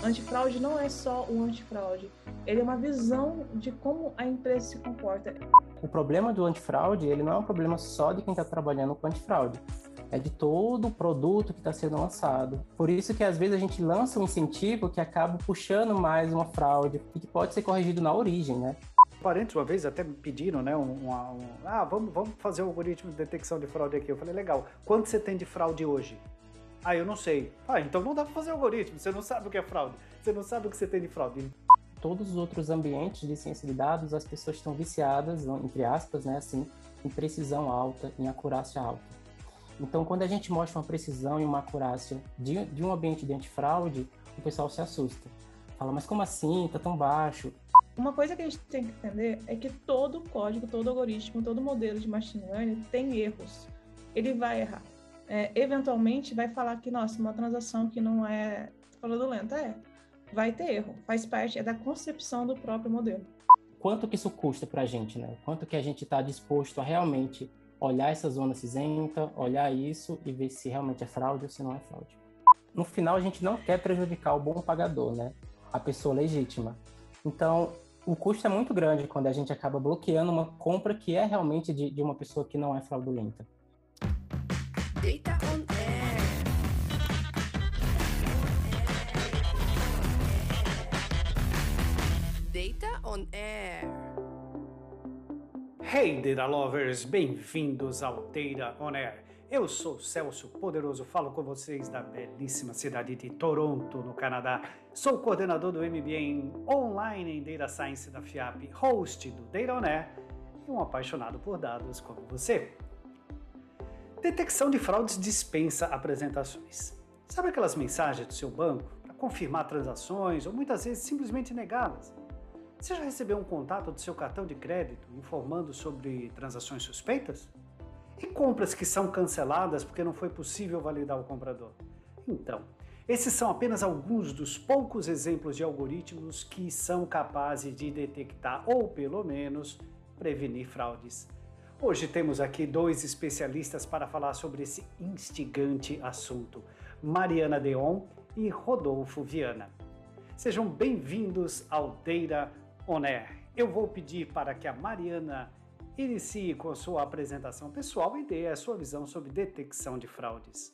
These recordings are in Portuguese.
Antifraude não é só o antifraude, ele é uma visão de como a empresa se comporta. O problema do antifraude, ele não é um problema só de quem está trabalhando com antifraude, é de todo o produto que está sendo lançado. Por isso que às vezes a gente lança um incentivo que acaba puxando mais uma fraude e que pode ser corrigido na origem, né? Parentes uma vez até me pediram, né, vamos fazer o algoritmo de detecção de fraude aqui. Eu falei, legal, quanto você tem de fraude hoje? Eu não sei. Então não dá para fazer o algoritmo, você não sabe o que é fraude, você não sabe o que você tem de fraude. Todos os outros ambientes de ciência de dados, as pessoas estão viciadas, entre aspas, né, assim, em precisão alta, em acurácia alta. Então, quando a gente mostra uma precisão e uma acurácia de um ambiente de antifraude, o pessoal se assusta. Fala, mas como assim? Está tão baixo. Uma coisa que a gente tem que entender é que todo código, todo algoritmo, todo modelo de machine learning tem erros. Ele vai errar. Eventualmente vai falar que, nossa, uma transação que não é fraudulenta, vai ter erro. Faz parte da concepção do próprio modelo. Quanto que isso custa para a gente, né? Quanto que a gente está disposto a realmente olhar essa zona cinzenta, olhar isso e ver se realmente é fraude ou se não é fraude. No final, a gente não quer prejudicar o bom pagador, né? A pessoa legítima. Então, o custo é muito grande quando a gente acaba bloqueando uma compra que é realmente de uma pessoa que não é fraudulenta. Data on Air. Data on Air. Hey, Data Lovers! Bem-vindos ao Data on Air. Eu sou Celso Poderoso, falo com vocês da belíssima cidade de Toronto, no Canadá. Sou coordenador do MBA Online em Data Science da FIAP, host do Data on Air e um apaixonado por dados como você. Detecção de fraudes dispensa apresentações. Sabe aquelas mensagens do seu banco para confirmar transações ou muitas vezes simplesmente negá-las? Você já recebeu um contato do seu cartão de crédito informando sobre transações suspeitas? E compras que são canceladas porque não foi possível validar o comprador? Então, esses são apenas alguns dos poucos exemplos de algoritmos que são capazes de detectar ou, pelo menos, prevenir fraudes. Hoje temos aqui dois especialistas para falar sobre esse instigante assunto, Mariana Deon e Rodolfo Viana. Sejam bem-vindos ao Data on Air. Eu vou pedir para que a Mariana inicie com a sua apresentação pessoal e dê a sua visão sobre detecção de fraudes.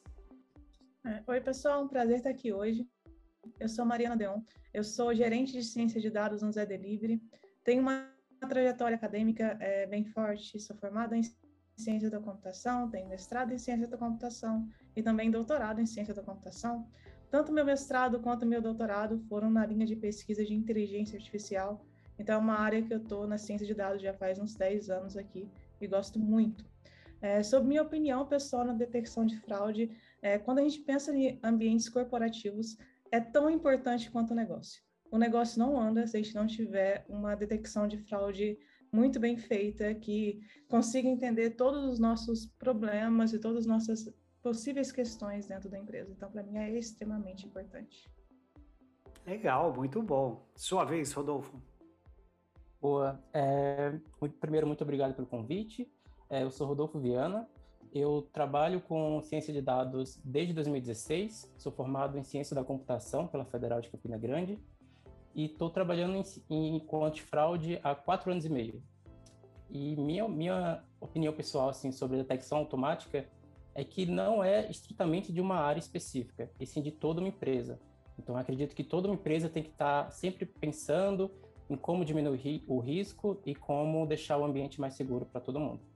Oi, pessoal, um prazer estar aqui hoje. Eu sou Mariana Deon, eu sou gerente de ciência de dados no Zé Delivery, tenho uma trajetória acadêmica bem forte, sou formada em ciência da computação, tenho mestrado em ciência da computação e também doutorado em ciência da computação. Tanto meu mestrado quanto meu doutorado foram na linha de pesquisa de inteligência artificial. Então, é uma área que eu estou na ciência de dados já faz uns 10 anos aqui e gosto muito. Sobre minha opinião pessoal na detecção de fraude, quando a gente pensa em ambientes corporativos, é tão importante quanto o negócio. O negócio não anda se a gente não tiver uma detecção de fraude muito bem feita, que consiga entender todos os nossos problemas e todas as nossas possíveis questões dentro da empresa. Então, para mim, é extremamente importante. Legal, muito bom. Sua vez, Rodolfo. Boa. Primeiro, muito obrigado pelo convite. Eu sou Rodolfo Viana. Eu trabalho com ciência de dados desde 2016. Sou formado em ciência da computação pela Federal de Campina Grande. E estou trabalhando com antifraude há 4 anos e meio. E minha opinião pessoal assim, sobre detecção automática é que não é estritamente de uma área específica, e sim de toda uma empresa. Então, acredito que toda uma empresa tem que estar sempre pensando em como diminuir o risco e como deixar o ambiente mais seguro para todo mundo.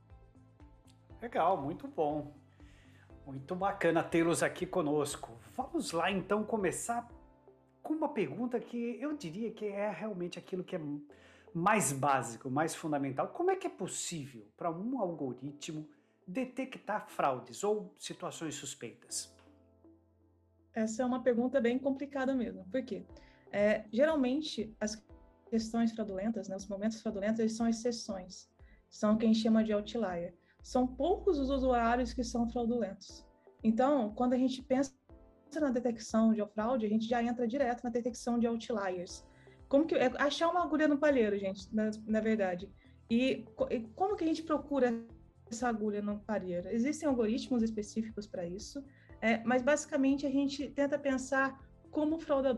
Legal, muito bom. Muito bacana tê-los aqui conosco. Vamos lá, então, começar com uma pergunta que eu diria que é realmente aquilo que é mais básico, mais fundamental. Como é que é possível para um algoritmo detectar fraudes ou situações suspeitas? Essa é uma pergunta bem complicada mesmo. Por quê? Geralmente, as questões fraudulentas, né, os momentos fraudulentos, eles são exceções. São o que a gente chama de outlier. São poucos os usuários que são fraudulentos. Então, quando a gente pensa na detecção de fraude, a gente já entra direto na detecção de outliers. Como que achar uma agulha no palheiro, gente, na verdade. E como que a gente procura essa agulha no palheiro? Existem algoritmos específicos para isso, mas basicamente a gente tenta pensar como fraudador.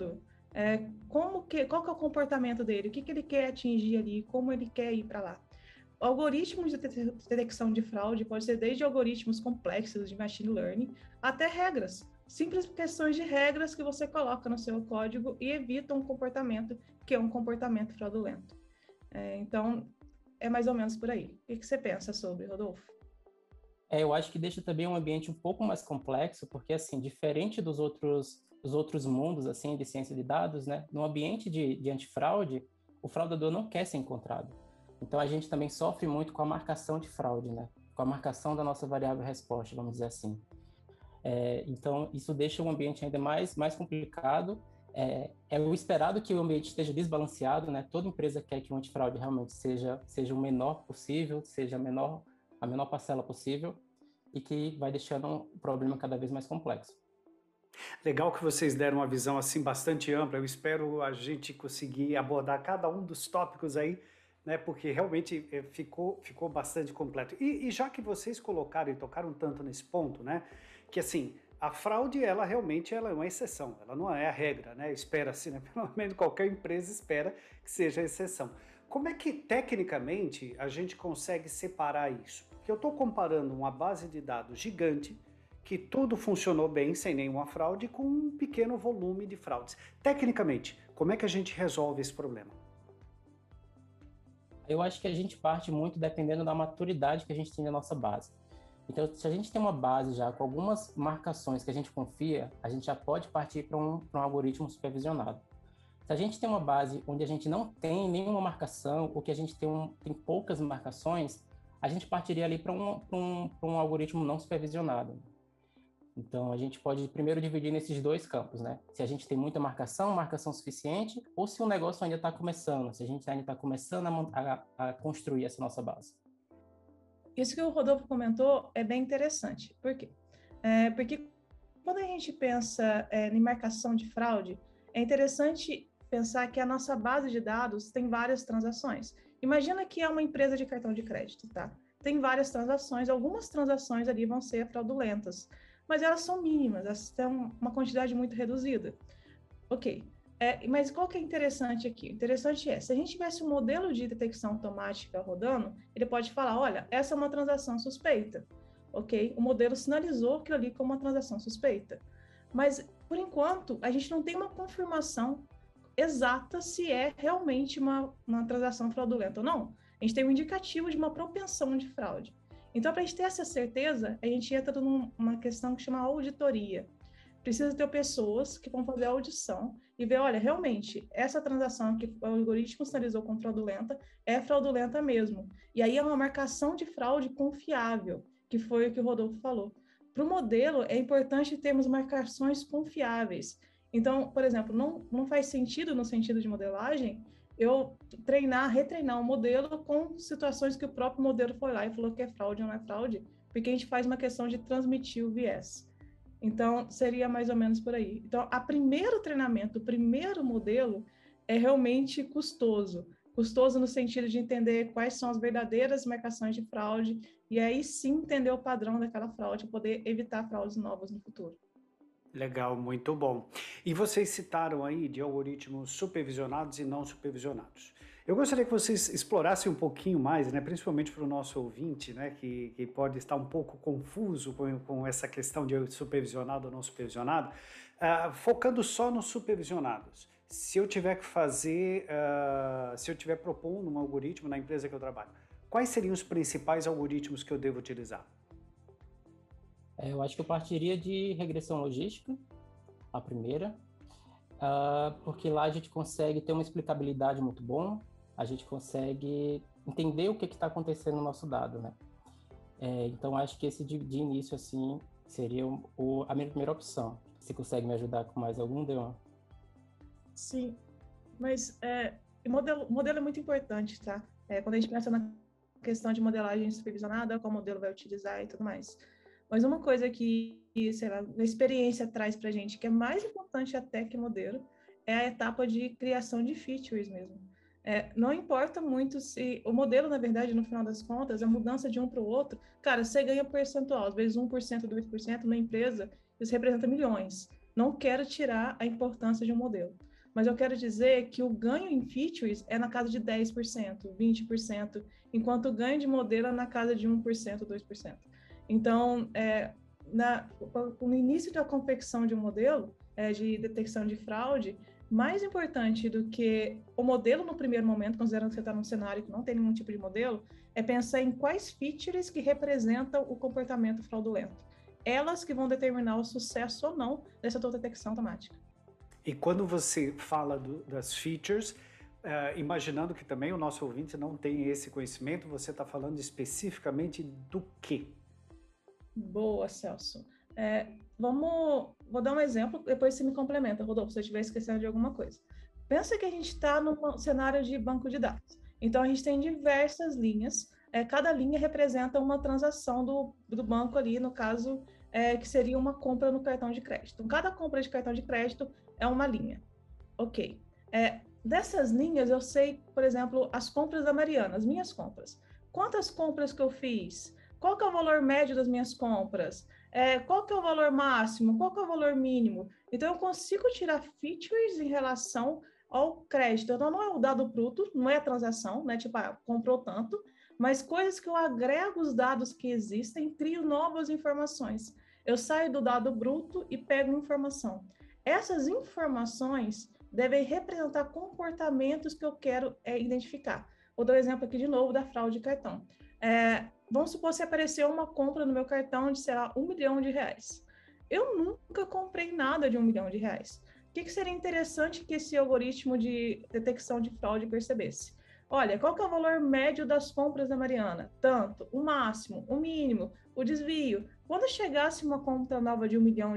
qual que é o comportamento dele, o que ele quer atingir ali, como ele quer ir para lá. Algoritmos de detecção de fraude pode ser desde algoritmos complexos de machine learning até regras, simples questões de regras que você coloca no seu código e evita um comportamento que é um comportamento fraudulento. Então, é mais ou menos por aí. O que você pensa sobre, Rodolfo? Eu acho que deixa também um ambiente um pouco mais complexo, porque, assim, diferente dos outros mundos, assim, de ciência de dados, né? No ambiente de antifraude, o fraudador não quer ser encontrado. Então, a gente também sofre muito com a marcação de fraude, né? Com a marcação da nossa variável resposta, vamos dizer assim. Então, isso deixa o ambiente ainda mais complicado. É o esperado que o ambiente esteja desbalanceado, né? Toda empresa quer que o antifraude realmente seja o menor possível, seja a menor parcela possível, e que vai deixando o problema cada vez mais complexo. Legal que vocês deram uma visão assim bastante ampla. Eu espero a gente conseguir abordar cada um dos tópicos aí, né? Porque realmente ficou bastante completo. E já que vocês colocaram e tocaram tanto nesse ponto, né? Que assim, a fraude, ela realmente é uma exceção, ela não é a regra, né? Espera-se, né? Pelo menos qualquer empresa espera que seja a exceção. Como é que, tecnicamente, a gente consegue separar isso? Porque eu estou comparando uma base de dados gigante, que tudo funcionou bem, sem nenhuma fraude, com um pequeno volume de fraudes. Tecnicamente, como é que a gente resolve esse problema? Eu acho que a gente parte muito dependendo da maturidade que a gente tem na nossa base. Então, se a gente tem uma base já com algumas marcações que a gente confia, a gente já pode partir para um algoritmo supervisionado. Se a gente tem uma base onde a gente não tem nenhuma marcação, ou que a gente tem poucas marcações, a gente partiria ali para um algoritmo não supervisionado. Então, a gente pode primeiro dividir nesses dois campos, né? Se a gente tem muita marcação suficiente, ou se o negócio ainda está começando, se a gente ainda está começando a construir essa nossa base. Isso que o Rodolfo comentou é bem interessante. Por quê? Porque quando a gente pensa em marcação de fraude, é interessante pensar que a nossa base de dados tem várias transações. Imagina que é uma empresa de cartão de crédito, tá? Tem várias transações, algumas transações ali vão ser fraudulentas, mas elas são mínimas, elas têm uma quantidade muito reduzida. Ok. Mas qual que é interessante aqui? O interessante se a gente tivesse um modelo de detecção automática rodando, ele pode falar, olha, essa é uma transação suspeita, ok? O modelo sinalizou aquilo ali como uma transação suspeita. Mas, por enquanto, a gente não tem uma confirmação exata se é realmente uma transação fraudulenta ou não. A gente tem um indicativo de uma propensão de fraude. Então, para a gente ter essa certeza, a gente entra numa questão que chama auditoria. Precisa ter pessoas que vão fazer a audição e ver, olha, realmente, essa transação que o algoritmo sinalizou como fraudulenta é fraudulenta mesmo. E aí é uma marcação de fraude confiável, que foi o que o Rodolfo falou. Para o modelo, é importante termos marcações confiáveis. Então, por exemplo, não faz sentido, no sentido de modelagem, eu retreinar o modelo com situações que o próprio modelo foi lá e falou que é fraude ou não é fraude, porque a gente faz uma questão de transmitir o viés. Então, seria mais ou menos por aí. Então, o primeiro treinamento, o primeiro modelo é realmente custoso. Custoso no sentido de entender quais são as verdadeiras marcações de fraude e aí sim entender o padrão daquela fraude, poder evitar fraudes novas no futuro. Legal, muito bom. E vocês citaram aí de algoritmos supervisionados e não supervisionados. Eu gostaria que vocês explorassem um pouquinho mais, né, principalmente para o nosso ouvinte, né, que pode estar um pouco confuso com essa questão de supervisionado ou não supervisionado, focando só nos supervisionados. Se eu tiver que fazer, se eu estiver propondo um algoritmo na empresa que eu trabalho, quais seriam os principais algoritmos que eu devo utilizar? Eu acho que eu partiria de regressão logística, a primeira, porque lá a gente consegue ter uma explicabilidade muito bom, a gente consegue entender o que está acontecendo no nosso dado, né? Então, acho que esse de início, assim, seria a minha primeira opção. Você consegue me ajudar com mais algum, Deon? Sim, mas o modelo é muito importante, tá? Quando a gente pensa na questão de modelagem supervisionada, qual modelo vai utilizar e tudo mais. Mas uma coisa que, sei lá, a experiência traz para a gente, que é mais importante até que modelo, é a etapa de criação de features mesmo. Não importa muito se... O modelo, na verdade, no final das contas, a mudança de um para o outro, cara, você ganha percentual, às vezes 1%, 2%, numa empresa, isso representa milhões. Não quero tirar a importância de um modelo. mas eu quero dizer que o ganho em features é na casa de 10%, 20%, enquanto o ganho de modelo é na casa de 1%, 2%. Então, no início da confecção de um modelo, de detecção de fraude, mais importante do que o modelo no primeiro momento, considerando que você está num cenário que não tem nenhum tipo de modelo, é pensar em quais features que representam o comportamento fraudulento. Elas que vão determinar o sucesso ou não dessa tua detecção automática. E quando você fala das features, imaginando que também o nosso ouvinte não tem esse conhecimento, você está falando especificamente do quê? Boa, Celso. Vou dar um exemplo, depois você me complementa, Rodolfo, se eu estiver esquecendo de alguma coisa. Pensa que a gente está num cenário de banco de dados. Então, a gente tem diversas linhas, cada linha representa uma transação do banco ali, no caso, que seria uma compra no cartão de crédito. Então, cada compra de cartão de crédito é uma linha. Ok. Dessas linhas, eu sei, por exemplo, as compras da Mariana, as minhas compras. Quantas compras que eu fiz? Qual que é o valor médio das minhas compras? Qual que é o valor máximo? Qual que é o valor mínimo? Então, eu consigo tirar features em relação ao crédito. Então, não é o dado bruto, não é a transação, né? Tipo, comprou tanto, mas coisas que eu agrego os dados que existem, crio novas informações. Eu saio do dado bruto e pego informação. Essas informações devem representar comportamentos que eu quero identificar. Vou dar um exemplo aqui de novo da fraude de cartão. Vamos supor que apareceu uma compra no meu cartão de, sei lá, R$1 milhão. Eu nunca comprei nada de R$1 milhão. O que seria interessante que esse algoritmo de detecção de fraude percebesse? Olha, qual que é o valor médio das compras da Mariana? Tanto, o máximo, o mínimo, o desvio. Quando chegasse uma compra nova de R$1 milhão,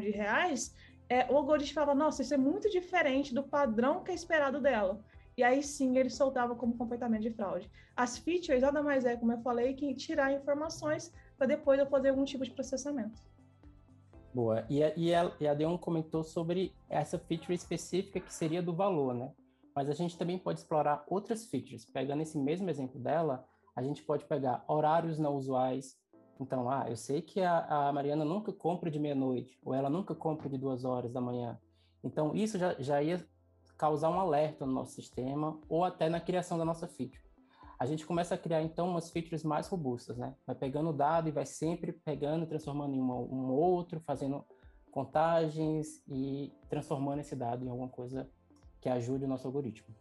o algoritmo falava, nossa, isso é muito diferente do padrão que é esperado dela. E aí sim ele soltava como comportamento de fraude. As features nada mais como eu falei, que tirar informações para depois eu fazer algum tipo de processamento. Boa. E a Deon comentou sobre essa feature específica que seria do valor, né? Mas a gente também pode explorar outras features. Pegando esse mesmo exemplo dela, a gente pode pegar horários não usuais. Então, eu sei que a Mariana nunca compra de meia-noite, ou ela nunca compra de 2 horas da manhã. Então, isso já ia causar um alerta no nosso sistema, ou até na criação da nossa feature. A gente começa a criar, então, umas features mais robustas, né? Vai pegando o dado e vai sempre pegando, transformando em um outro, fazendo contagens e transformando esse dado em alguma coisa que ajude o nosso algoritmo.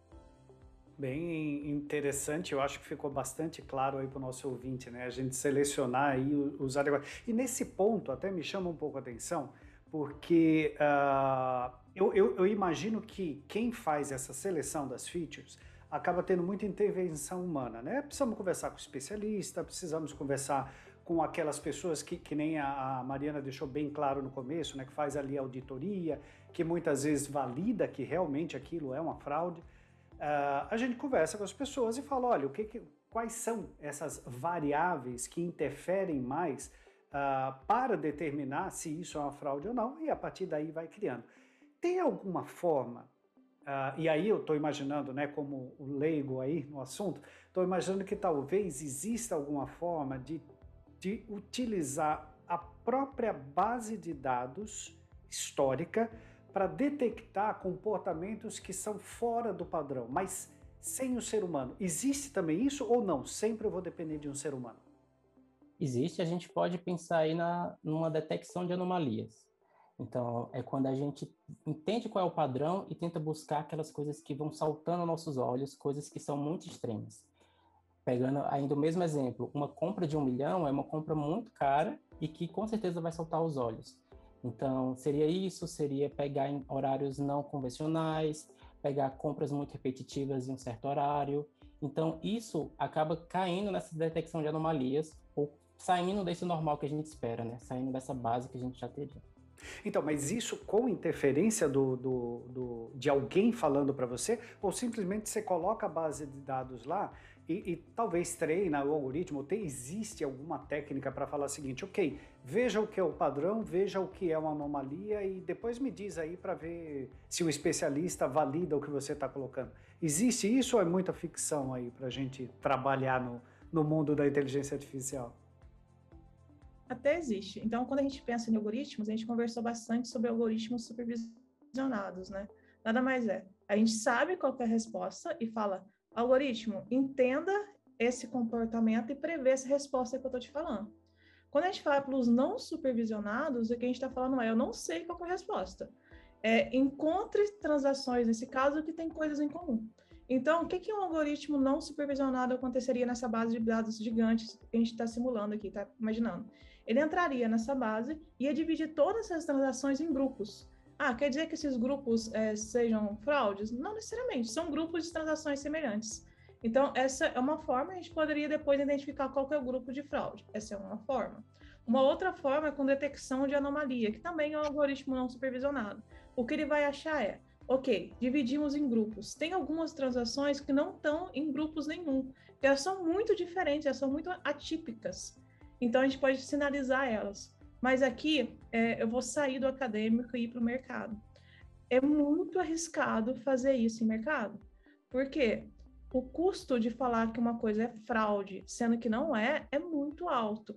Bem interessante, eu acho que ficou bastante claro aí para o nosso ouvinte, né? A gente selecionar aí os adequados. E nesse ponto até me chama um pouco a atenção, porque eu imagino que quem faz essa seleção das features acaba tendo muita intervenção humana, né? Precisamos conversar com o especialista, precisamos conversar com aquelas pessoas que nem a Mariana deixou bem claro no começo, né? Que faz ali a auditoria, que muitas vezes valida que realmente aquilo é uma fraude. A gente conversa com as pessoas e fala, olha, quais são essas variáveis que interferem mais para determinar se isso é uma fraude ou não, e a partir daí vai criando. Tem alguma forma, e aí eu estou imaginando, né, como o leigo aí no assunto, estou imaginando que talvez exista alguma forma de utilizar a própria base de dados histórica para detectar comportamentos que são fora do padrão, mas sem o ser humano. Existe também isso ou não? Sempre eu vou depender de um ser humano? Existe, a gente pode pensar aí numa detecção de anomalias. Então, é quando a gente entende qual é o padrão e tenta buscar aquelas coisas que vão saltando aos nossos olhos, coisas que são muito extremas. Pegando ainda o mesmo exemplo, uma compra de R$1 milhão é uma compra muito cara e que com certeza vai saltar aos olhos. Então, seria pegar em horários não convencionais, pegar compras muito repetitivas em um certo horário. Então, isso acaba caindo nessa detecção de anomalias ou saindo desse normal que a gente espera, né? Saindo dessa base que a gente já teria. Então, mas isso com interferência de alguém falando para você, ou simplesmente você coloca a base de dados lá e talvez treina o algoritmo, existe alguma técnica para falar o seguinte, ok, veja o que é o padrão, veja o que é uma anomalia e depois me diz aí para ver se o especialista valida o que você está colocando. Existe isso ou é muita ficção aí para a gente trabalhar no mundo da inteligência artificial? Até existe. Então, quando a gente pensa em algoritmos, a gente conversou bastante sobre algoritmos supervisionados, né? nada mais é. A gente sabe qual que é a resposta e fala, algoritmo, entenda esse comportamento e prevê essa resposta que eu estou te falando. Quando a gente fala para os não supervisionados, o que a gente está falando é, eu não sei qual que é a resposta. Encontre transações, nesse caso, que tem coisas em comum. Então, o que um algoritmo não supervisionado aconteceria nessa base de dados gigantes que a gente está simulando aqui, está imaginando? Ele entraria nessa base e ia dividir todas essas transações em grupos. Quer dizer que esses grupos sejam fraudes? Não necessariamente, são grupos de transações semelhantes. Então, essa é uma forma, a gente poderia depois identificar qual que é o grupo de fraude. Essa é uma forma. Uma outra forma é com detecção de anomalia, que também é um algoritmo não supervisionado. O que ele vai achar é, ok, dividimos em grupos. Tem algumas transações que não estão em grupos nenhum, porque elas são muito diferentes, elas são muito atípicas. Então, a gente pode sinalizar elas. Mas aqui, eu vou sair do acadêmico e ir para o mercado. É muito arriscado fazer isso em mercado. Por quê? O custo de falar que uma coisa é fraude, sendo que não é muito alto.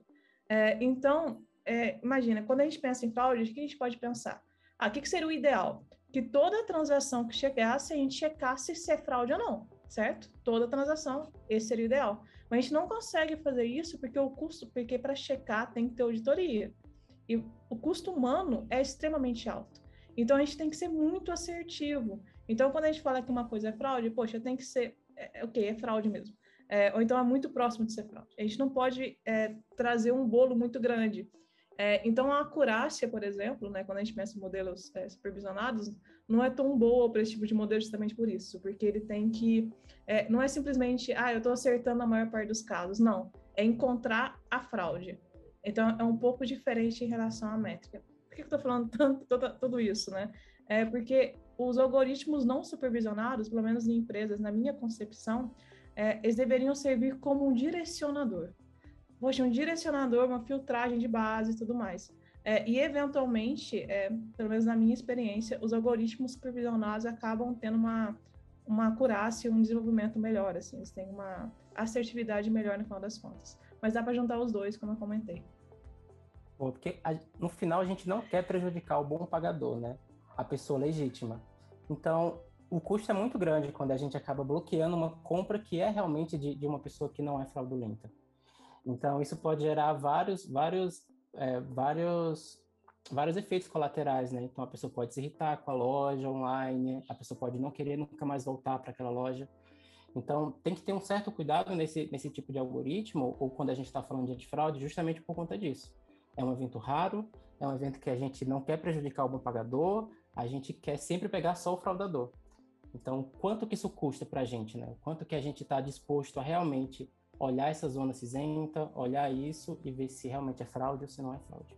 Então, imagina, quando a gente pensa em fraude, o que a gente pode pensar? O que seria o ideal? Que toda transação que chegasse, a gente checasse se é fraude ou não, certo? Toda transação, esse seria o ideal. Mas a gente não consegue fazer isso porque para checar tem que ter auditoria. E o custo humano é extremamente alto. Então, a gente tem que ser muito assertivo. Então, quando a gente fala que uma coisa é fraude, poxa, tem que ser, ok, é fraude mesmo. Ou então é muito próximo de ser fraude. A gente não pode trazer um bolo muito grande. Então, a acurácia, por exemplo, né, quando a gente pensa em modelos supervisionados, não é tão boa para esse tipo de modelo justamente por isso, porque ele tem que... não é simplesmente, eu estou acertando a maior parte dos casos. Não, é encontrar a fraude. Então, é um pouco diferente em relação à métrica. Por que eu estou falando tudo isso, né? Porque os algoritmos não supervisionados, pelo menos em empresas, na minha concepção, eles deveriam servir como um direcionador. Poxa, um direcionador, uma filtragem de base e tudo mais. E, eventualmente, pelo menos na minha experiência, os algoritmos supervisionados acabam tendo uma acurácia, um desenvolvimento melhor, assim, eles têm uma assertividade melhor no final das contas. Mas dá para juntar os dois, como eu comentei. Porque no final a gente não quer prejudicar o bom pagador, né? A pessoa legítima. Então, o custo é muito grande quando a gente acaba bloqueando uma compra que é realmente de uma pessoa que não é fraudulenta. Então, isso pode gerar vários efeitos colaterais, né? Então, a pessoa pode se irritar com a loja online, a pessoa pode não querer nunca mais voltar para aquela loja. Então, tem que ter um certo cuidado nesse tipo de algoritmo, ou quando a gente está falando de antifraude, justamente por conta disso. É um evento raro, é um evento que a gente não quer prejudicar o bom pagador, a gente quer sempre pegar só o fraudador. Então, quanto que isso custa para a gente, né? Quanto que a gente está disposto a realmente olhar essa zona cinzenta, olhar isso e ver se realmente é fraude ou se não é fraude.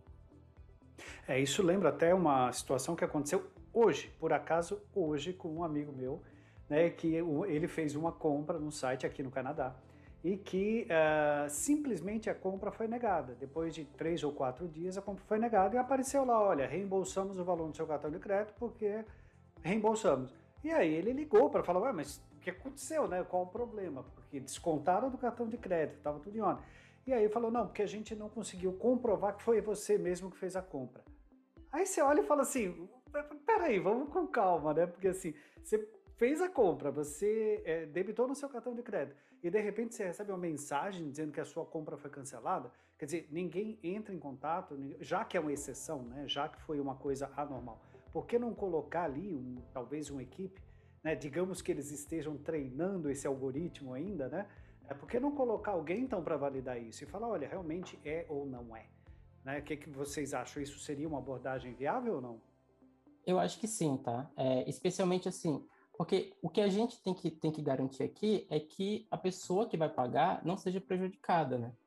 Isso lembra até uma situação que aconteceu hoje, por acaso hoje, com um amigo meu, né, que ele fez uma compra no site aqui no Canadá e que simplesmente a compra foi negada. Depois de 3 ou 4 dias a compra foi negada e apareceu lá, olha, reembolsamos o valor do seu cartão de crédito porque reembolsamos. E aí ele ligou para falar, mas o que aconteceu, né? Qual o problema? Porque descontaram do cartão de crédito, estava tudo em ordem. E aí ele falou, não, porque a gente não conseguiu comprovar que foi você mesmo que fez a compra. Aí você olha e fala assim, peraí, vamos com calma, né? Porque assim, você fez a compra, você debitou no seu cartão de crédito e de repente você recebe uma mensagem dizendo que a sua compra foi cancelada, quer dizer, ninguém entra em contato, já que é uma exceção, né? Já que foi uma coisa anormal, por que não colocar ali talvez uma equipe, né? Digamos que eles estejam treinando esse algoritmo ainda, né? Por que não colocar alguém então para validar isso e falar, olha, realmente é ou não é? Né? O que vocês acham? Isso seria uma abordagem viável ou não? Eu acho que sim, tá? Especialmente assim, porque o que a gente tem que garantir aqui é que a pessoa que vai pagar não seja prejudicada, né?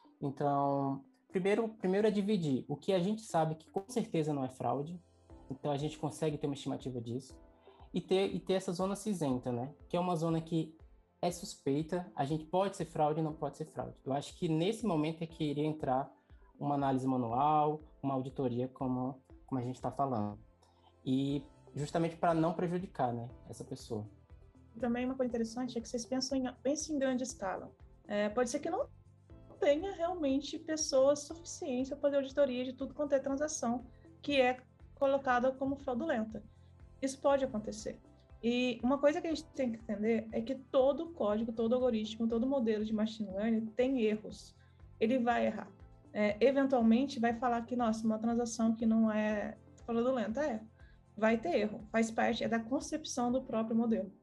Então, primeiro é dividir o que a gente sabe que com certeza não é fraude, então a gente consegue ter uma estimativa disso, e ter essa zona cinzenta, né? Que é uma zona que é suspeita, a gente pode ser fraude e não pode ser fraude. Eu acho que nesse momento é que iria entrar uma análise manual, uma auditoria, como a gente está falando. E justamente para não prejudicar, né, essa pessoa. Também uma coisa interessante é que vocês pensem em grande escala. Pode ser que não tenha realmente pessoas suficientes para fazer auditoria de tudo quanto é transação que é colocada como fraudulenta. Isso pode acontecer. E uma coisa que a gente tem que entender é que todo código, todo algoritmo, todo modelo de machine learning tem erros. Ele vai errar. Eventualmente vai falar que, nossa, uma transação que não é fraudulenta, vai ter erro, faz parte, da concepção do próprio modelo.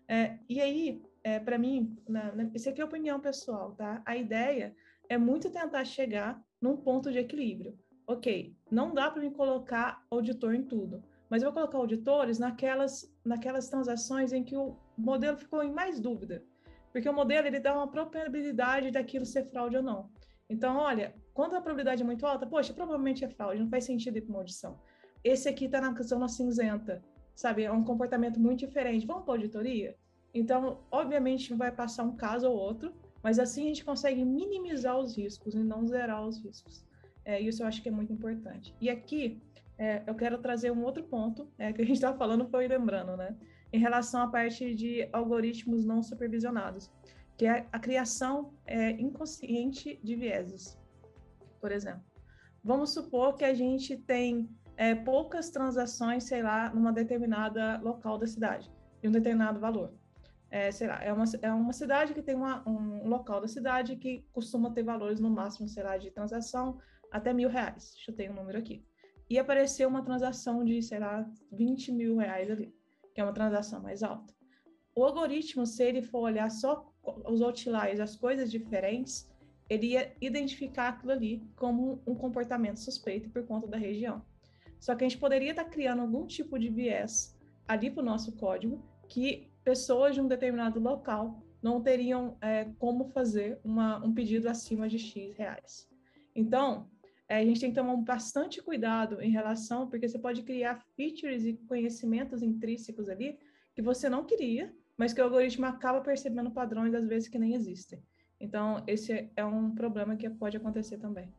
E aí, para mim, isso aqui é opinião pessoal, tá? A ideia é muito tentar chegar num ponto de equilíbrio. Ok, não dá para me colocar auditor em tudo, mas eu vou colocar auditores naquelas transações em que o modelo ficou em mais dúvida, porque o modelo ele dá uma probabilidade daquilo ser fraude ou não. Então, olha, quando a probabilidade é muito alta, poxa, provavelmente é fraude, não faz sentido ir para uma audição. Esse aqui está na zona cinzenta, sabe? É um comportamento muito diferente. Vamos para auditoria? Então, obviamente, vai passar um caso ou outro, mas assim a gente consegue minimizar os riscos e não zerar os riscos. Isso eu acho que é muito importante. E aqui, eu quero trazer um outro ponto, que a gente estava falando, foi lembrando, né? Em relação à parte de algoritmos não supervisionados, que é a criação inconsciente de vieses, por exemplo. Vamos supor que a gente tem poucas transações, sei lá, numa determinada local da cidade, de um determinado valor. Sei lá, é uma cidade que tem um local da cidade que costuma ter valores no máximo, sei lá, de transação até R$1.000. Chutei um número aqui. E apareceu uma transação de, sei lá, R$20.000 ali, que é uma transação mais alta. O algoritmo, se ele for olhar só os outliers, as coisas diferentes, ele ia identificar aquilo ali como um comportamento suspeito por conta da região. Só que a gente poderia estar criando algum tipo de viés ali para o nosso código que pessoas de um determinado local não teriam como fazer um pedido acima de X reais. Então, a gente tem que tomar bastante cuidado em relação, porque você pode criar features e conhecimentos intrínsecos ali que você não queria, mas que o algoritmo acaba percebendo padrões, às vezes, que nem existem. Então, esse é um problema que pode acontecer também.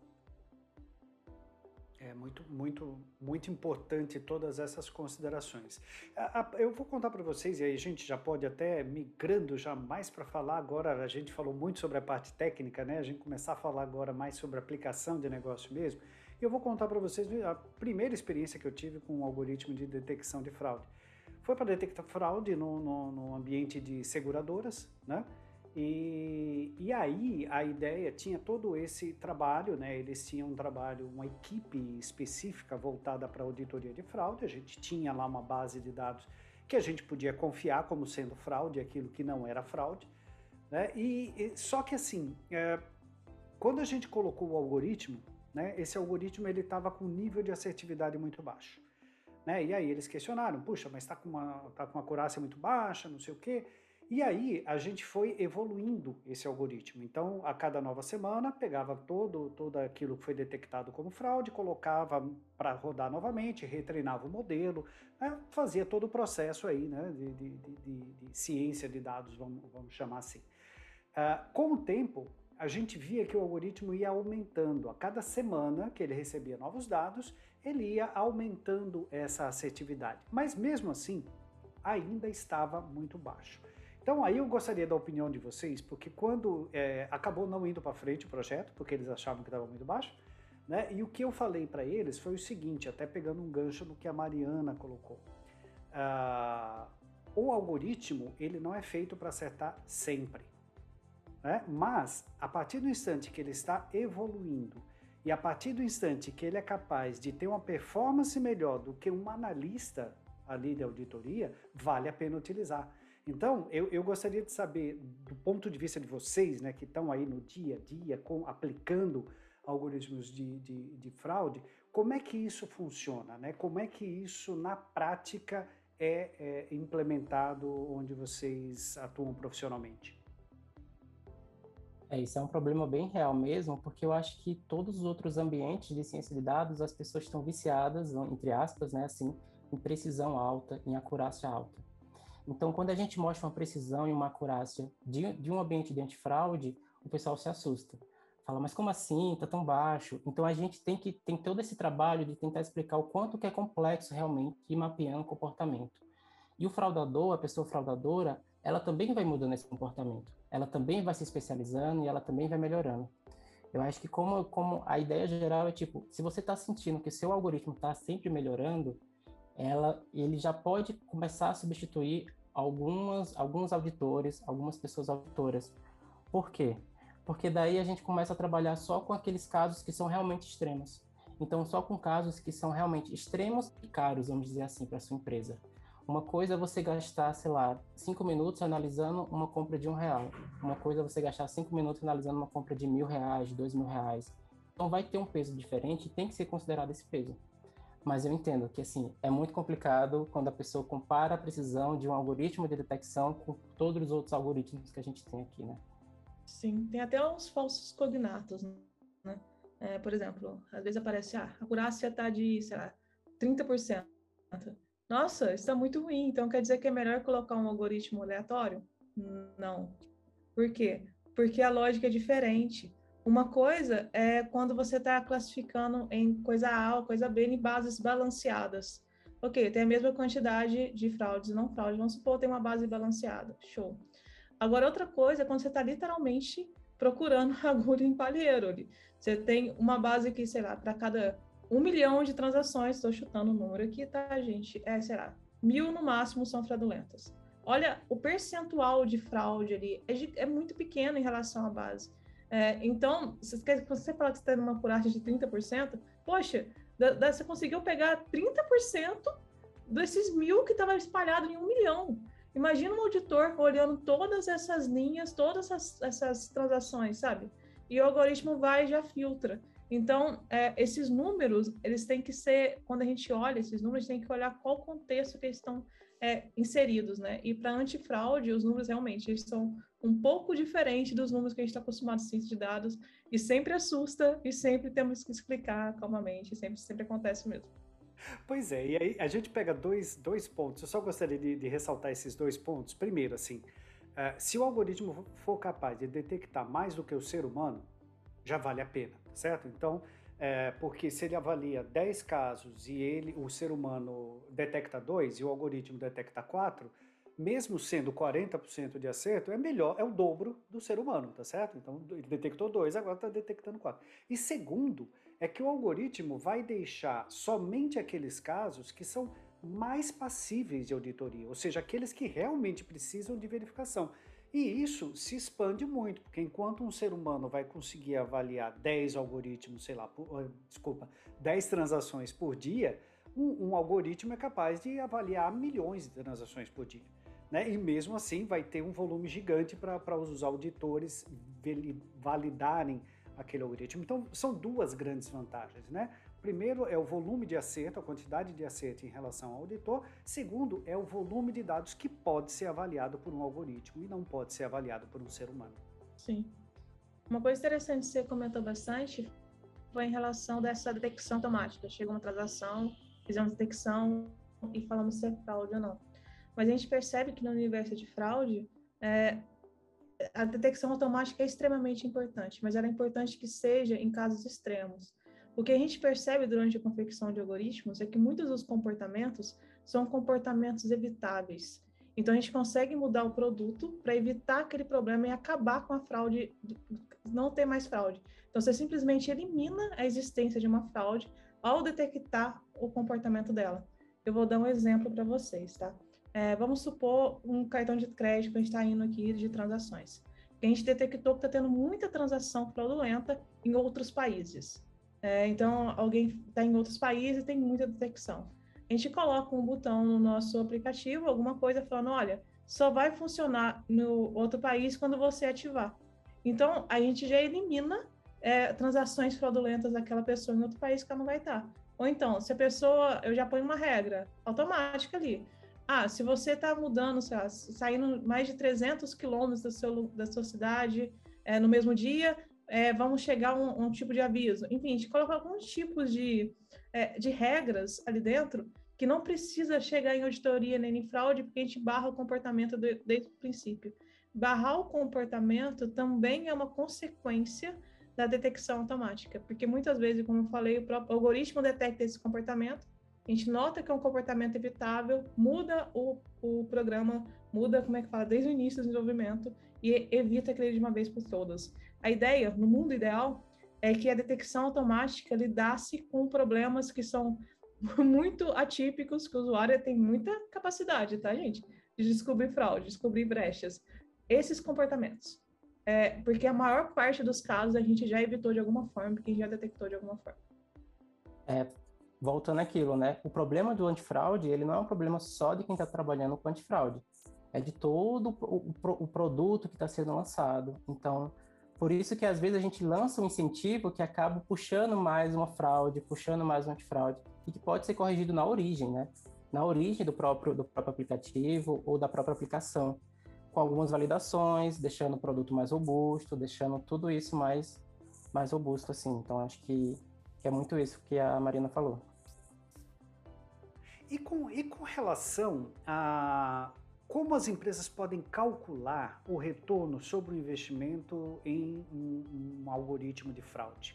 É muito importante todas essas considerações. Eu vou contar para vocês, e aí a gente já pode até migrando já mais para falar agora, a gente falou muito sobre a parte técnica, né? A gente começar a falar agora mais sobre a aplicação de negócio mesmo. E eu vou contar para vocês a primeira experiência que eu tive com um algoritmo de detecção de fraude. Foi para detectar fraude no ambiente de seguradoras, né? E aí a ideia tinha todo esse trabalho, né? Eles tinham um trabalho, uma equipe específica voltada para auditoria de fraude. A gente tinha lá uma base de dados que a gente podia confiar como sendo fraude, aquilo que não era fraude, né? Só que assim, quando a gente colocou o algoritmo, né? Esse algoritmo ele estava com um nível de assertividade muito baixo, né? E aí eles questionaram, puxa, mas está com uma acurácia muito baixa, não sei o quê. E aí a gente foi evoluindo esse algoritmo. Então, a cada nova semana, pegava todo aquilo que foi detectado como fraude, colocava para rodar novamente, retreinava o modelo, né? Fazia todo o processo aí, né? de ciência de dados, vamos chamar assim. Com o tempo, a gente via que o algoritmo ia aumentando. A cada semana que ele recebia novos dados, ele ia aumentando essa assertividade. Mas mesmo assim, ainda estava muito baixo. Então aí eu gostaria da opinião de vocês, porque quando acabou não indo para frente o projeto, porque eles achavam que estava muito baixo, né? E o que eu falei para eles foi o seguinte, até pegando um gancho no que a Mariana colocou. O algoritmo, ele não é feito para acertar sempre, né? Mas a partir do instante que ele está evoluindo e a partir do instante que ele é capaz de ter uma performance melhor do que um analista ali de auditoria, vale a pena utilizar. Então, eu gostaria de saber, do ponto de vista de vocês, né, que estão aí no dia a dia aplicando algoritmos de fraude, como é que isso funciona, né? Como é que isso, na prática, é implementado onde vocês atuam profissionalmente? Isso é um problema bem real mesmo, porque eu acho que todos os outros ambientes de ciência de dados, as pessoas estão viciadas, entre aspas, né, assim, em precisão alta, em acurácia alta. Então, quando a gente mostra uma precisão e uma acurácia de um ambiente de antifraude, o pessoal se assusta. Fala, mas como assim? Está tão baixo. Então, a gente tem todo esse trabalho de tentar explicar o quanto que é complexo realmente ir mapeando o comportamento. E o fraudador, a pessoa fraudadora, ela também vai mudando esse comportamento. Ela também vai se especializando e ela também vai melhorando. Eu acho que como a ideia geral é tipo, se você está sentindo que seu algoritmo está sempre melhorando, ele já pode começar a substituir alguns auditores, algumas pessoas auditoras. Por quê? Porque daí a gente começa a trabalhar só com aqueles casos que são realmente extremos. Então, só com casos que são realmente extremos e caros, vamos dizer assim, para a sua empresa. Uma coisa é você gastar, sei lá, 5 minutos analisando uma compra de R$1. Uma coisa é você gastar 5 minutos analisando uma compra de R$1.000, de R$2.000. Então, vai ter um peso diferente e tem que ser considerado esse peso. Mas eu entendo que, assim, é muito complicado quando a pessoa compara a precisão de um algoritmo de detecção com todos os outros algoritmos que a gente tem aqui, né? Sim, tem até uns falsos cognatos, né? Por exemplo, às vezes aparece, a acurácia está de, sei lá, 30%. Nossa, isso está muito ruim, então quer dizer que é melhor colocar um algoritmo aleatório? Não. Por quê? Porque a lógica é diferente. Uma coisa é quando você está classificando em coisa A ou coisa B em bases balanceadas. Ok, tem a mesma quantidade de fraudes e não fraudes, vamos supor que tem uma base balanceada. Show. Agora, outra coisa é quando você está literalmente procurando agulha em palheiro ali. Você tem uma base que, sei lá, para cada 1 milhão de transações, estou chutando o número aqui, tá, gente? Sei lá, 1.000 no máximo são fraudulentas. Olha, o percentual de fraude ali é muito pequeno em relação à base. Então, você fala que você está numa acurácia de 30%, poxa, você conseguiu pegar 30% desses 1.000 que estavam espalhados em 1 milhão. Imagina um auditor olhando todas essas linhas, todas essas transações, sabe? E o algoritmo vai e já filtra. Então, esses números, eles têm que ser, quando a gente olha esses números, tem que olhar qual contexto que eles estão inseridos, né? E para antifraude, os números realmente eles são um pouco diferentes dos números que a gente está acostumado em ciência de dados, e sempre assusta, e sempre temos que explicar calmamente, sempre acontece mesmo. Pois é, e aí a gente pega dois pontos. Eu só gostaria de ressaltar esses 2 pontos. Primeiro, assim, se o algoritmo for capaz de detectar mais do que o ser humano, já vale a pena, certo? Então, porque se ele avalia 10 casos e o ser humano detecta 2 e o algoritmo detecta 4, mesmo sendo 40% de acerto, é melhor, é o dobro do ser humano, tá certo? Então, ele detectou 2, agora está detectando 4. E segundo, é que o algoritmo vai deixar somente aqueles casos que são mais passíveis de auditoria, ou seja, aqueles que realmente precisam de verificação. E isso se expande muito, porque enquanto um ser humano vai conseguir avaliar 10 algoritmos, 10 transações por dia, um algoritmo é capaz de avaliar milhões de transações por dia. Né? E mesmo assim vai ter um volume gigante para os auditores validarem aquele algoritmo. Então, são 2 grandes vantagens, né? Primeiro é o volume de acerto, a quantidade de acerto em relação ao auditor. Segundo, é o volume de dados que pode ser avaliado por um algoritmo e não pode ser avaliado por um ser humano. Sim. Uma coisa interessante que você comentou bastante foi em relação dessa detecção automática. Chega uma transação, fizemos detecção e falamos se é fraude ou não. Mas a gente percebe que no universo de fraude, a detecção automática é extremamente importante, mas ela é importante que seja em casos extremos. O que a gente percebe durante a confecção de algoritmos é que muitos dos comportamentos são comportamentos evitáveis. Então, a gente consegue mudar o produto para evitar aquele problema e acabar com a fraude, não ter mais fraude. Então, você simplesmente elimina a existência de uma fraude ao detectar o comportamento dela. Eu vou dar um exemplo para vocês, tá? Vamos supor um cartão de crédito que a gente está indo aqui de transações. A gente detectou que está tendo muita transação fraudulenta em outros países. Então, alguém está em outros países e tem muita detecção. A gente coloca um botão no nosso aplicativo, alguma coisa falando, olha, só vai funcionar no outro país quando você ativar. Então, a gente já elimina transações fraudulentas daquela pessoa em outro país que ela não vai estar. Ou então, se a pessoa, eu já ponho uma regra automática ali. Se você está mudando, sei lá, saindo mais de 300 quilômetros da sua cidade no mesmo dia, vamos chegar a um tipo de aviso. Enfim, a gente coloca alguns tipos de regras ali dentro que não precisa chegar em auditoria nem em fraude, porque a gente barra o comportamento desde o princípio. Barrar o comportamento também é uma consequência da detecção automática, porque muitas vezes, como eu falei, o próprio algoritmo detecta esse comportamento, a gente nota que é um comportamento evitável, muda o programa, muda, desde o início do desenvolvimento e evita aquele de uma vez por todas. A ideia, no mundo ideal, é que a detecção automática lidasse com problemas que são muito atípicos, que o usuário tem muita capacidade, tá, gente? De descobrir fraude, descobrir brechas. Esses comportamentos. Porque a maior parte dos casos a gente já evitou de alguma forma, porque já detectou de alguma forma. Voltando àquilo, né? O problema do antifraude, ele não é um problema só de quem está trabalhando com antifraude. É de todo o produto que está sendo lançado. Então, por isso que às vezes a gente lança um incentivo que acaba puxando mais uma fraude, puxando mais um antifraude, e que pode ser corrigido na origem, né? Na origem do próprio aplicativo ou da própria aplicação, com algumas validações, deixando o produto mais robusto, deixando tudo isso mais robusto, assim. Então, acho que é muito isso que a Marina falou. E com relação a como as empresas podem calcular o retorno sobre o investimento em um algoritmo de fraude?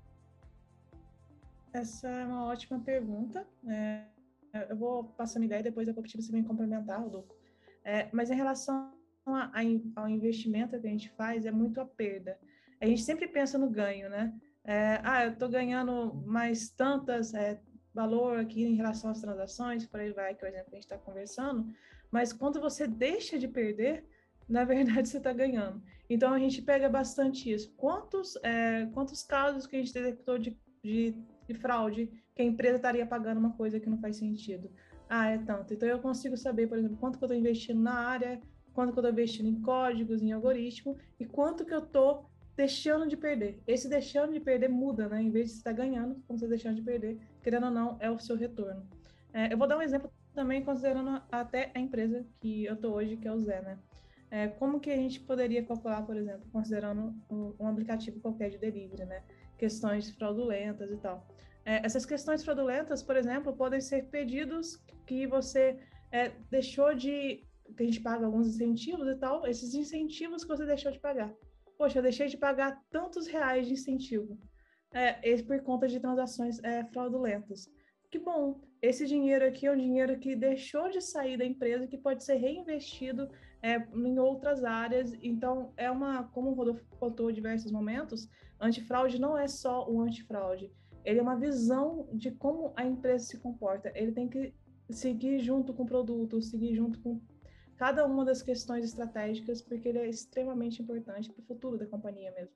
Essa é uma ótima pergunta. Eu vou passar minha ideia e depois eu vou pedir para você me complementar, Rodolfo. Mas em relação ao investimento que a gente faz, é muito a perda. A gente sempre pensa no ganho, né? Eu estou ganhando mais tantas valor aqui em relação às transações, por aí vai, que é o exemplo que a gente está conversando, mas quando você deixa de perder, na verdade você está ganhando. Então a gente pega bastante isso. Quantos casos que a gente detectou de fraude que a empresa estaria pagando uma coisa que não faz sentido? É tanto. Então eu consigo saber, por exemplo, quanto que eu estou investindo na área, quanto que eu estou investindo em códigos, em algoritmo, e quanto que eu estou deixando de perder. Esse deixando de perder muda, né? Em vez de você estar ganhando, como você deixando de perder, querendo ou não, é o seu retorno. Eu vou dar um exemplo também, considerando até a empresa que eu estou hoje, que é o Zé, né? Como que a gente poderia calcular, por exemplo, considerando um aplicativo qualquer de delivery, né? Questões fraudulentas e tal. Essas questões fraudulentas, por exemplo, podem ser pedidos que você deixou de... que a gente paga alguns incentivos e tal, esses incentivos que você deixou de pagar. Poxa, eu deixei de pagar tantos reais de incentivo por conta de transações fraudulentas. Que bom, esse dinheiro aqui é um dinheiro que deixou de sair da empresa, que pode ser reinvestido em outras áreas. Então, como o Rodolfo contou em diversos momentos, antifraude não é só o antifraude, ele é uma visão de como a empresa se comporta. Ele tem que seguir junto com o produto, seguir junto com cada uma das questões estratégicas, porque ele é extremamente importante para o futuro da companhia mesmo.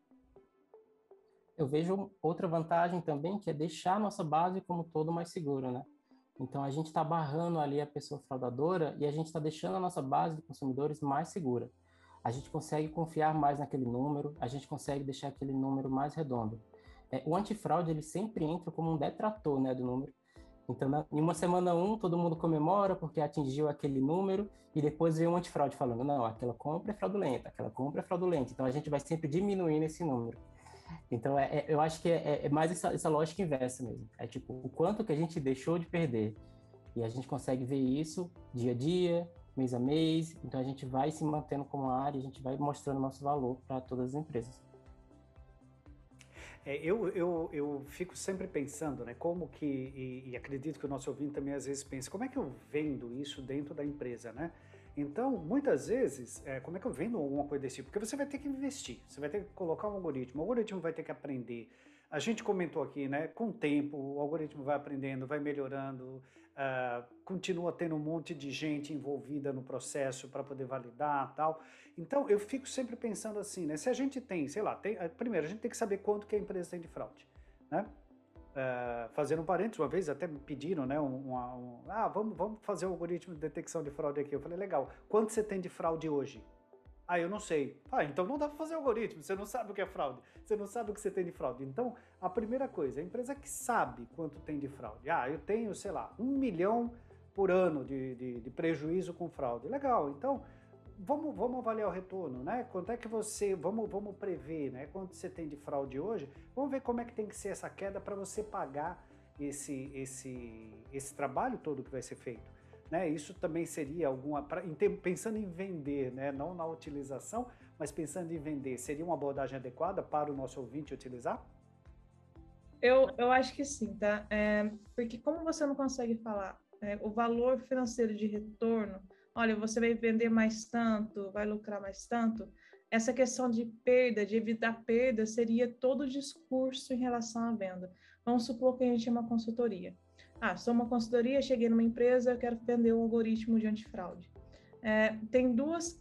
Eu vejo outra vantagem também, que é deixar a nossa base como todo mais segura, né? Então, a gente está barrando ali a pessoa fraudadora e a gente está deixando a nossa base de consumidores mais segura. A gente consegue confiar mais naquele número, a gente consegue deixar aquele número mais redondo. O antifraude, ele sempre entra como um detrator, né, do número. Então, em uma semana 1, todo mundo comemora porque atingiu aquele número e depois vem um antifraude falando, não, aquela compra é fraudulenta, aquela compra é fraudulenta. Então, a gente vai sempre diminuindo esse número. Então, eu acho que é mais essa lógica inversa mesmo. É tipo, o quanto que a gente deixou de perder. E a gente consegue ver isso dia a dia, mês a mês. Então, a gente vai se mantendo como área, a gente vai mostrando nosso valor para todas as empresas. Eu fico sempre pensando, né, como que, e acredito que o nosso ouvinte também às vezes pensa, como é que eu vendo isso dentro da empresa, né? Então, muitas vezes, como é que eu vendo alguma coisa desse tipo? Porque você vai ter que investir, você vai ter que colocar um algoritmo, o algoritmo vai ter que aprender. A gente comentou aqui, né, com o tempo, o algoritmo vai aprendendo, vai melhorando, continua tendo um monte de gente envolvida no processo para poder validar e tal. Então, eu fico sempre pensando assim, né, se a gente tem, sei lá, primeiro, a gente tem que saber quanto que a empresa tem de fraude, né? Fazendo um parênteses, uma vez até me pediram, né, vamos fazer um algoritmo de detecção de fraude aqui. Eu falei, legal, quanto você tem de fraude hoje? Eu não sei. Então não dá para fazer algoritmo, você não sabe o que é fraude, você não sabe o que você tem de fraude. Então, a primeira coisa, a empresa que sabe quanto tem de fraude. Eu tenho, sei lá, 1 milhão por ano de prejuízo com fraude. Legal, então vamos avaliar o retorno, né? Quanto é que você, vamos prever, né? Quanto você tem de fraude hoje? Vamos ver como é que tem que ser essa queda para você pagar esse trabalho todo que vai ser feito, né? Isso também seria pensando em vender, né? Não na utilização, mas pensando em vender, seria uma abordagem adequada para o nosso ouvinte utilizar? Eu acho que sim, tá? Porque como você não consegue falar o valor financeiro de retorno, olha, você vai vender mais tanto, vai lucrar mais tanto, essa questão de perda, de evitar perda, seria todo o discurso em relação à venda. Vamos supor que a gente é uma consultoria. Sou uma consultoria, cheguei numa empresa, eu quero vender um algoritmo de antifraude. Tem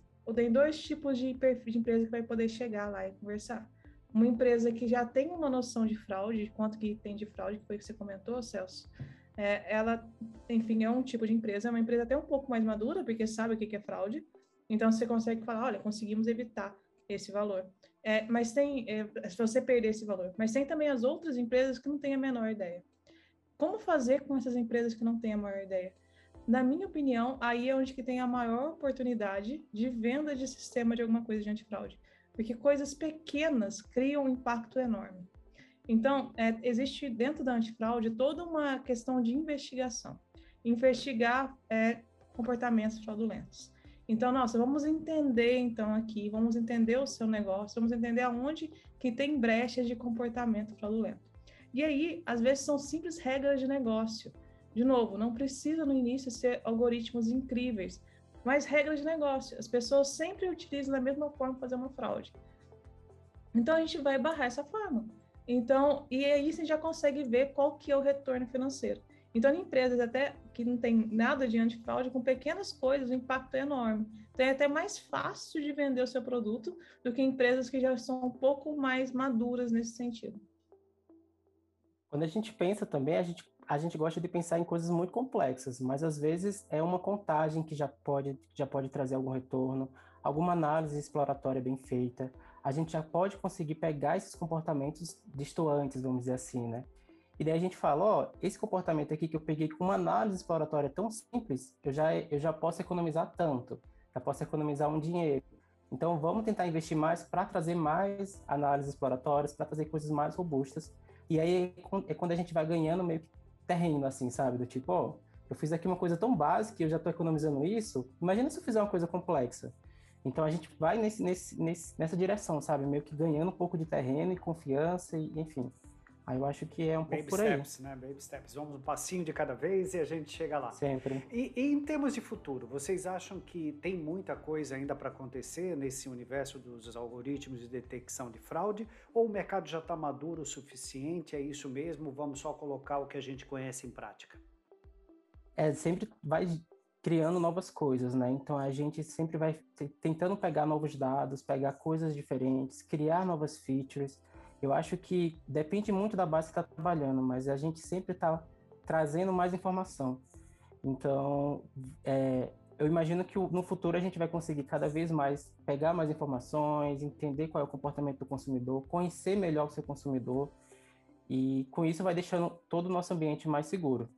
dois tipos de perfil de empresa que vai poder chegar lá e conversar. Uma empresa que já tem uma noção de fraude, de quanto que tem de fraude, que foi o que você comentou, Celso. Ela, enfim, é um tipo de empresa, é uma empresa até um pouco mais madura, porque sabe o que é fraude. Então, você consegue falar, olha, conseguimos evitar esse valor. Mas tem, se você perder esse valor. Mas tem também as outras empresas que não têm a menor ideia. Como fazer com essas empresas que não têm a maior ideia? Na minha opinião, aí é onde que tem a maior oportunidade de venda de sistema de alguma coisa de antifraude. Porque coisas pequenas criam um impacto enorme. Então, existe dentro da antifraude toda uma questão de investigação. Investigar comportamentos fraudulentos. Então, vamos entender então aqui, vamos entender o seu negócio, vamos entender aonde que tem brechas de comportamento fraudulento. E aí, às vezes, são simples regras de negócio. De novo, não precisa no início ser algoritmos incríveis, mas regras de negócio. As pessoas sempre utilizam da mesma forma para fazer uma fraude. Então, a gente vai barrar essa forma. Então, e aí você já consegue ver qual que é o retorno financeiro. Então, em empresas até que não tem nada de antifraude, com pequenas coisas, o impacto é enorme. Então, é até mais fácil de vender o seu produto do que empresas que já são um pouco mais maduras nesse sentido. Quando a gente pensa também, a gente gosta de pensar em coisas muito complexas, mas às vezes é uma contagem que já pode trazer algum retorno, alguma análise exploratória bem feita. A gente já pode conseguir pegar esses comportamentos distoantes, vamos dizer assim, né? E daí a gente fala, esse comportamento aqui que eu peguei com uma análise exploratória tão simples, eu já posso economizar tanto, já posso economizar um dinheiro. Então vamos tentar investir mais para trazer mais análises exploratórias, para fazer coisas mais robustas. E aí é quando a gente vai ganhando meio que terreno, assim, sabe? Do tipo, eu fiz aqui uma coisa tão básica e eu já estou economizando isso. Imagina se eu fizer uma coisa complexa. Então a gente vai nessa direção, sabe? Meio que ganhando um pouco de terreno e confiança, e enfim. Aí eu acho que é um pouco por aí. Baby steps, né? Baby steps. Vamos um passinho de cada vez e a gente chega lá. Sempre. E em termos de futuro, vocês acham que tem muita coisa ainda para acontecer nesse universo dos algoritmos de detecção de fraude? Ou o mercado já está maduro o suficiente? É isso mesmo? Vamos só colocar o que a gente conhece em prática? Sempre vai criando novas coisas, né? Então a gente sempre vai tentando pegar novos dados, pegar coisas diferentes, criar novas features. Eu acho que depende muito da base que está trabalhando, mas a gente sempre está trazendo mais informação. Então, eu imagino que no futuro a gente vai conseguir cada vez mais pegar mais informações, entender qual é o comportamento do consumidor, conhecer melhor o seu consumidor, e com isso vai deixando todo o nosso ambiente mais seguro.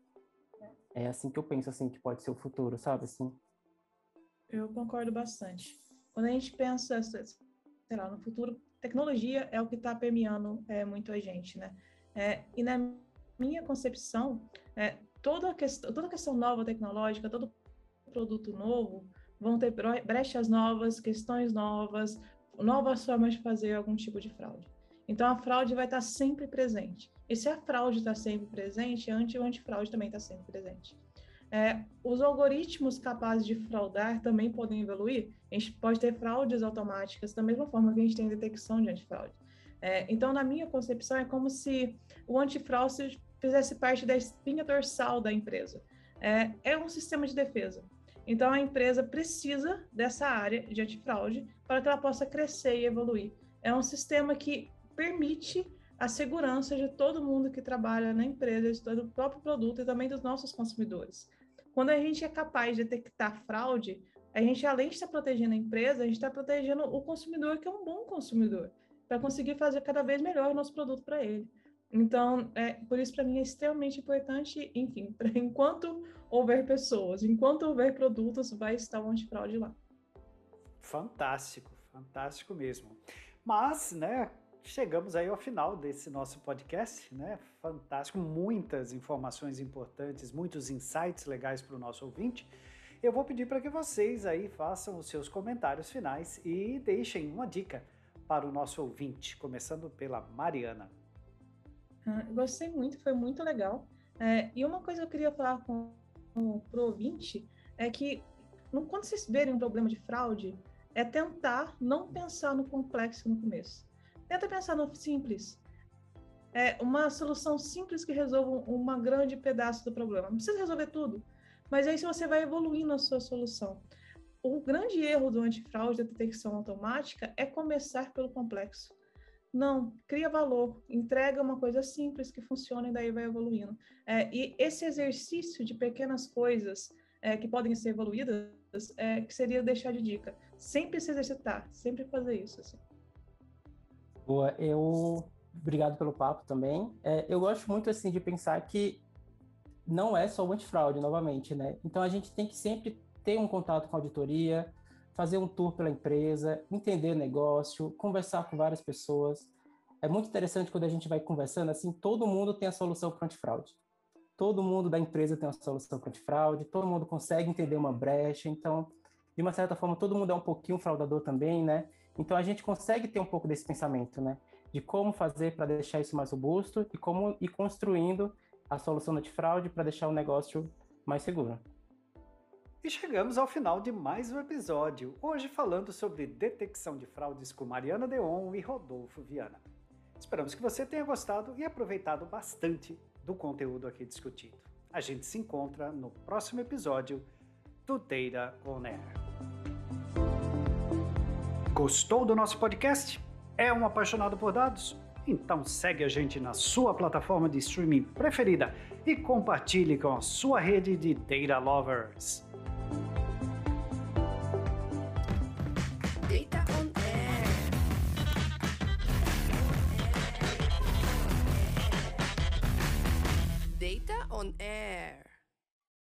É assim que eu penso, assim, que pode ser o futuro, sabe? Assim. Eu concordo bastante. Quando a gente pensa, sei lá, no futuro, tecnologia é o que está permeando muito a gente, né? E na minha concepção, toda questão nova tecnológica, todo produto novo, vão ter brechas novas, questões novas, novas formas de fazer algum tipo de fraude. Então, a fraude vai estar sempre presente. E se a fraude está sempre presente, o antifraude também está sempre presente. Os algoritmos capazes de fraudar também podem evoluir. A gente pode ter fraudes automáticas, da mesma forma que a gente tem detecção de antifraude. Então, na minha concepção, é como se o antifraude fizesse parte da espinha dorsal da empresa. É um sistema de defesa. Então, a empresa precisa dessa área de antifraude para que ela possa crescer e evoluir. É um sistema que permite a segurança de todo mundo que trabalha na empresa, do próprio produto e também dos nossos consumidores. Quando a gente é capaz de detectar fraude, a gente, além de estar protegendo a empresa, a gente está protegendo o consumidor, que é um bom consumidor, para conseguir fazer cada vez melhor o nosso produto para ele. Então, por isso, para mim, é extremamente importante, enfim, enquanto houver pessoas, enquanto houver produtos, vai estar o antifraude lá. Fantástico, fantástico mesmo. Mas, né, chegamos aí ao final desse nosso podcast, né? Fantástico, muitas informações importantes, muitos insights legais para o nosso ouvinte. Eu vou pedir para que vocês aí façam os seus comentários finais e deixem uma dica para o nosso ouvinte, começando pela Mariana. Gostei muito, foi muito legal. E uma coisa que eu queria falar pro ouvinte é que quando vocês verem um problema de fraude, é tentar não pensar no complexo no começo. Tenta pensar no simples. uma solução simples que resolva uma grande pedaço do problema. Não precisa resolver tudo, mas aí se você vai evoluindo a sua solução. O grande erro do antifraude da detecção automática é começar pelo complexo. Não, cria valor, entrega uma coisa simples que funciona e daí vai evoluindo. E esse exercício de pequenas coisas que podem ser evoluídas, que seria deixar de dica. Sempre se exercitar, sempre fazer isso. Assim. Boa, obrigado pelo papo também. Eu gosto muito assim de pensar que não é só o antifraude, novamente, né? Então a gente tem que sempre ter um contato com a auditoria, fazer um tour pela empresa, entender o negócio, conversar com várias pessoas. É muito interessante quando a gente vai conversando, assim, todo mundo tem a solução para o antifraude. Todo mundo da empresa tem uma solução para o antifraude, todo mundo consegue entender uma brecha, então, de uma certa forma, todo mundo é um pouquinho fraudador também, né? Então a gente consegue ter um pouco desse pensamento, né? De como fazer para deixar isso mais robusto e como ir construindo a solução antifraude para deixar o negócio mais seguro. E chegamos ao final de mais um episódio, hoje falando sobre detecção de fraudes com Mariana Deon e Rodolfo Viana. Esperamos que você tenha gostado e aproveitado bastante do conteúdo aqui discutido. A gente se encontra no próximo episódio do Data On Air. Gostou do nosso podcast? É um apaixonado por dados? Então segue a gente na sua plataforma de streaming preferida e compartilhe com a sua rede de Data Lovers. Data On Air. Data On Air.